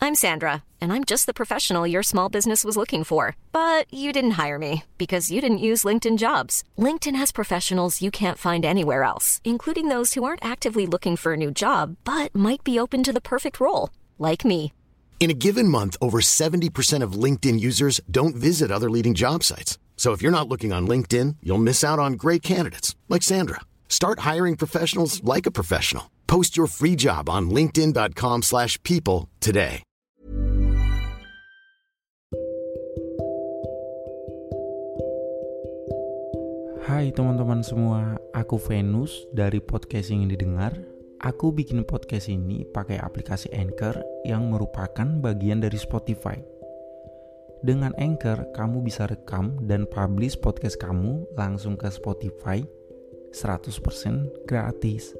I'm Sandra, and I'm just the professional your small business was looking for. But you didn't hire me because you didn't use LinkedIn Jobs. LinkedIn has professionals you can't find anywhere else, including those who aren't actively looking for a new job, but might be open to the perfect role, like me. In a given month, over 70% of LinkedIn users don't visit other leading job sites. So if you're not looking on LinkedIn, you'll miss out on great candidates like Sandra. Start hiring professionals like a professional. Post your free job on linkedin.com/people today. Hai teman-teman semua, aku Venus dari podcast yang didengar. Aku bikin podcast ini pakai aplikasi Anchor yang merupakan bagian dari Spotify. Dengan Anchor, kamu bisa rekam dan publish podcast kamu langsung ke Spotify 100% gratis.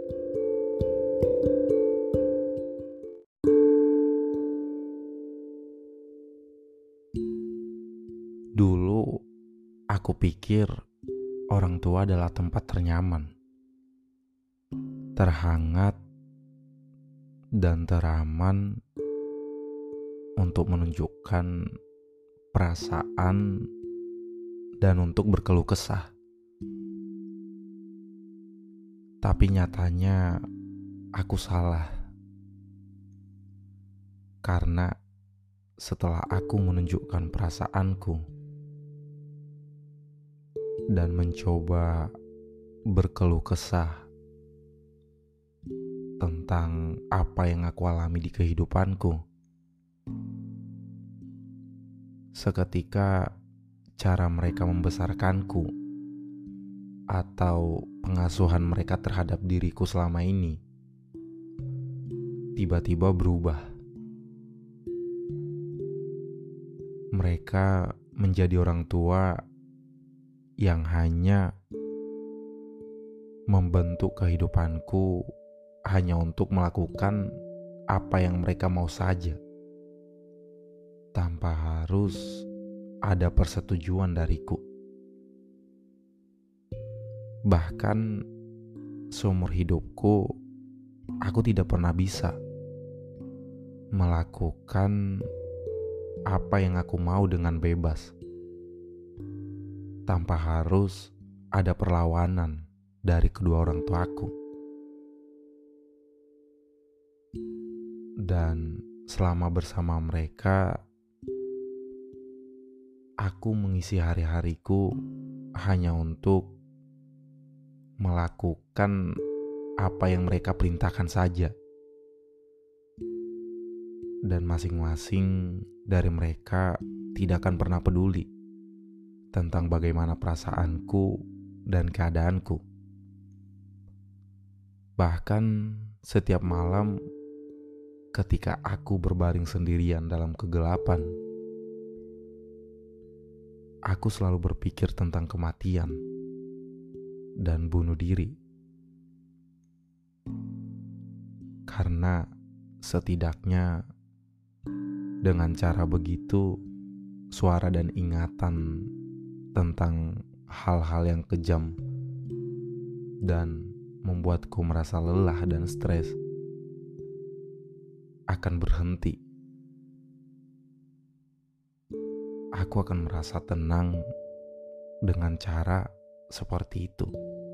Dulu, aku pikir orang tua adalah tempat ternyaman, terhangat, dan teraman untuk menunjukkan perasaan dan untuk berkeluh kesah. Tapi nyatanya aku salah. Karena setelah aku menunjukkan perasaanku dan mencoba berkeluh kesah tentang apa yang aku alami di kehidupanku, seketika cara mereka membesarkanku atau pengasuhan mereka terhadap diriku selama ini tiba-tiba berubah. Mereka menjadi orang tua yang hanya membentuk kehidupanku hanya untuk melakukan apa yang mereka mau saja, tanpa harus ada persetujuan dariku. Bahkan seumur hidupku, aku tidak pernah bisa melakukan apa yang aku mau dengan bebas, tanpa harus ada perlawanan dari kedua orang tuaku. Dan selama bersama mereka, aku mengisi hari-hariku hanya untuk melakukan apa yang mereka perintahkan saja. Dan masing-masing dari mereka tidak akan pernah peduli tentang bagaimana perasaanku dan keadaanku. Bahkan setiap malam ketika aku berbaring sendirian dalam kegelapan, aku selalu berpikir tentang kematian dan bunuh diri. Karena setidaknya dengan cara begitu, suara dan ingatan tentang hal-hal yang kejam dan membuatku merasa lelah dan stres akan berhenti. Aku akan merasa tenang dengan cara seperti itu.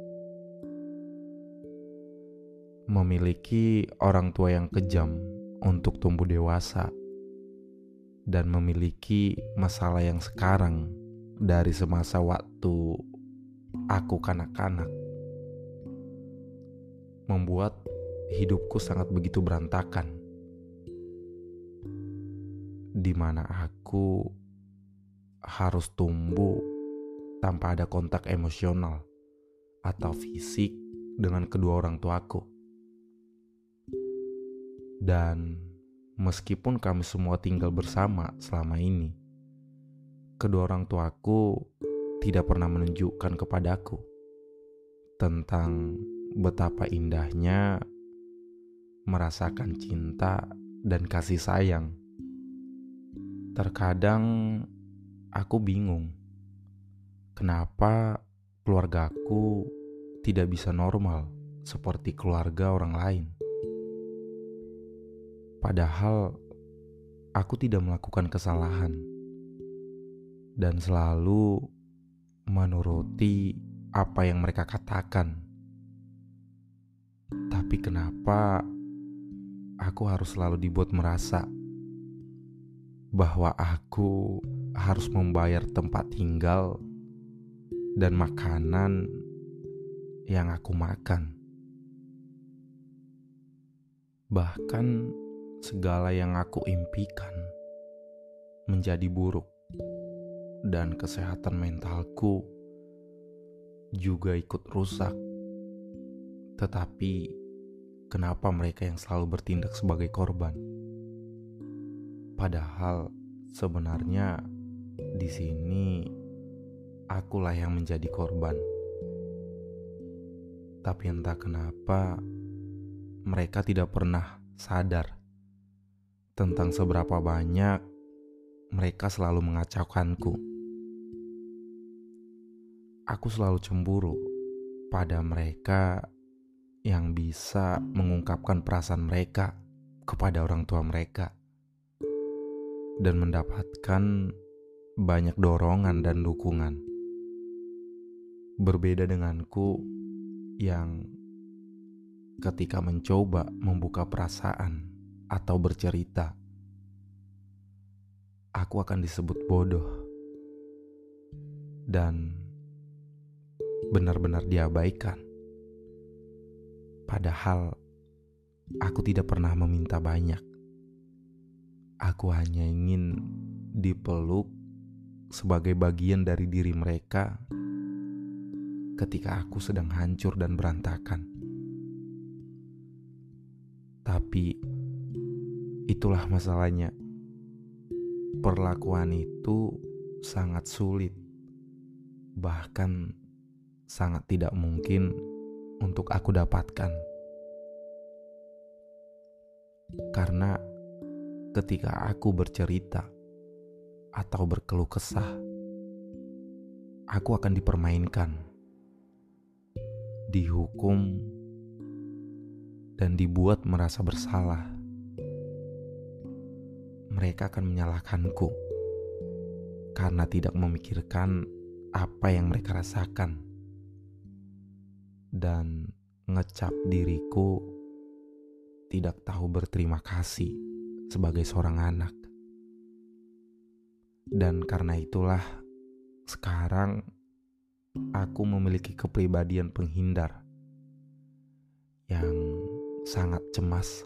Memiliki orang tua yang kejam untuk tumbuh dewasa dan memiliki masalah yang sekarang dari semasa waktu aku kanak-kanak membuat hidupku sangat begitu berantakan, di mana aku harus tumbuh tanpa ada kontak emosional atau fisik dengan kedua orang tuaku. Dan meskipun kami semua tinggal bersama selama ini, kedua orang tuaku tidak pernah menunjukkan kepadaku tentang betapa indahnya merasakan cinta dan kasih sayang. Terkadang aku bingung, kenapa keluargaku tidak bisa normal seperti keluarga orang lain. Padahal aku tidak melakukan kesalahan dan selalu menuruti apa yang mereka katakan. Tapi kenapa aku harus selalu dibuat merasa bahwa aku harus membayar tempat tinggal dan makanan yang aku makan? Bahkan segala yang aku impikan menjadi buruk dan kesehatan mentalku juga ikut rusak. Tetapi kenapa mereka yang selalu bertindak sebagai korban? Padahal sebenarnya di sini akulah yang menjadi korban. Tapi entah kenapa mereka tidak pernah sadar tentang seberapa banyak mereka selalu mengacaukanku. Aku selalu cemburu pada mereka yang bisa mengungkapkan perasaan mereka kepada orang tua mereka dan mendapatkan banyak dorongan dan dukungan. Berbeda denganku yang ketika mencoba membuka perasaan atau bercerita, aku akan disebut bodoh dan benar-benar diabaikan. Padahal aku tidak pernah meminta banyak. Aku hanya ingin dipeluk sebagai bagian dari diri mereka ketika aku sedang hancur dan berantakan. Tapi itulah masalahnya. Perlakuan itu sangat sulit, bahkan sangat tidak mungkin untuk aku dapatkan. Karena ketika aku bercerita atau berkeluh kesah, aku akan dipermainkan, dihukum, dan dibuat merasa bersalah. Mereka akan menyalahkanku karena tidak memikirkan apa yang mereka rasakan dan ngecap diriku tidak tahu berterima kasih sebagai seorang anak. Dan karena itulah sekarang aku memiliki kepribadian penghindar yang sangat cemas.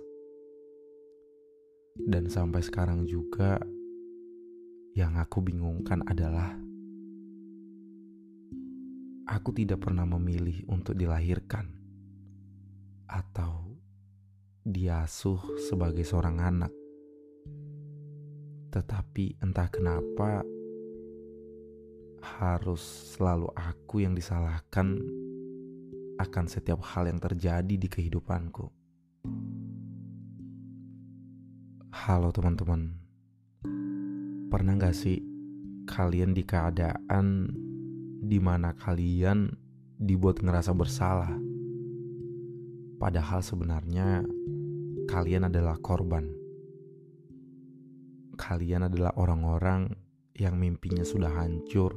Dan sampai sekarang juga yang aku bingungkan adalah aku tidak pernah memilih untuk dilahirkan atau diasuh sebagai seorang anak. Tetapi entah kenapa harus selalu aku yang disalahkan akan setiap hal yang terjadi di kehidupanku. Halo teman-teman, pernah gak sih kalian di keadaan dimana kalian dibuat ngerasa bersalah, padahal sebenarnya kalian adalah korban. Kalian adalah orang-orang yang mimpinya sudah hancur,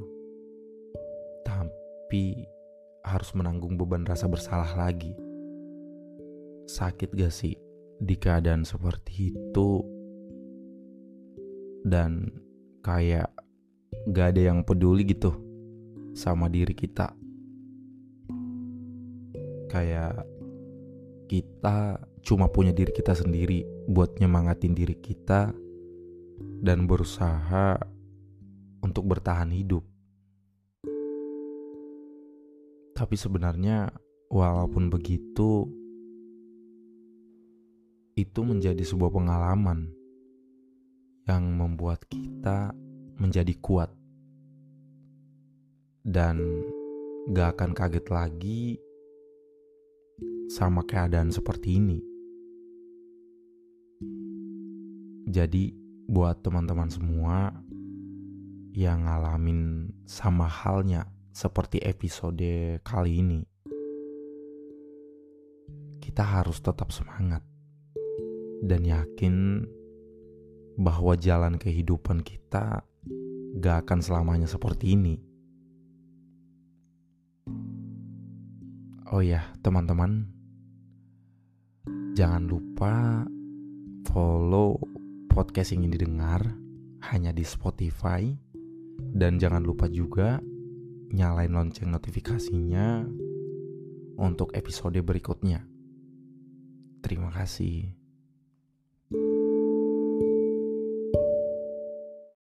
tapi harus menanggung beban rasa bersalah lagi. Sakit gak sih di keadaan seperti itu? Dan kayak gak ada yang peduli gitu sama diri kita. Kayak kita cuma punya diri kita sendiri buat nyemangatin diri kita dan berusaha untuk bertahan hidup. Tapi sebenarnya walaupun begitu, itu menjadi sebuah pengalaman yang membuat kita menjadi kuat dan gak akan kaget lagi sama keadaan seperti ini. Jadi buat teman-teman semua yang ngalamin sama halnya seperti episode kali ini, kita harus tetap semangat dan yakin bahwa jalan kehidupan kita gak akan selamanya seperti ini. Oh ya, teman-teman, jangan lupa follow podcast yang ini didengar hanya di Spotify. Dan jangan lupa juga nyalain lonceng notifikasinya untuk episode berikutnya. Terima kasih.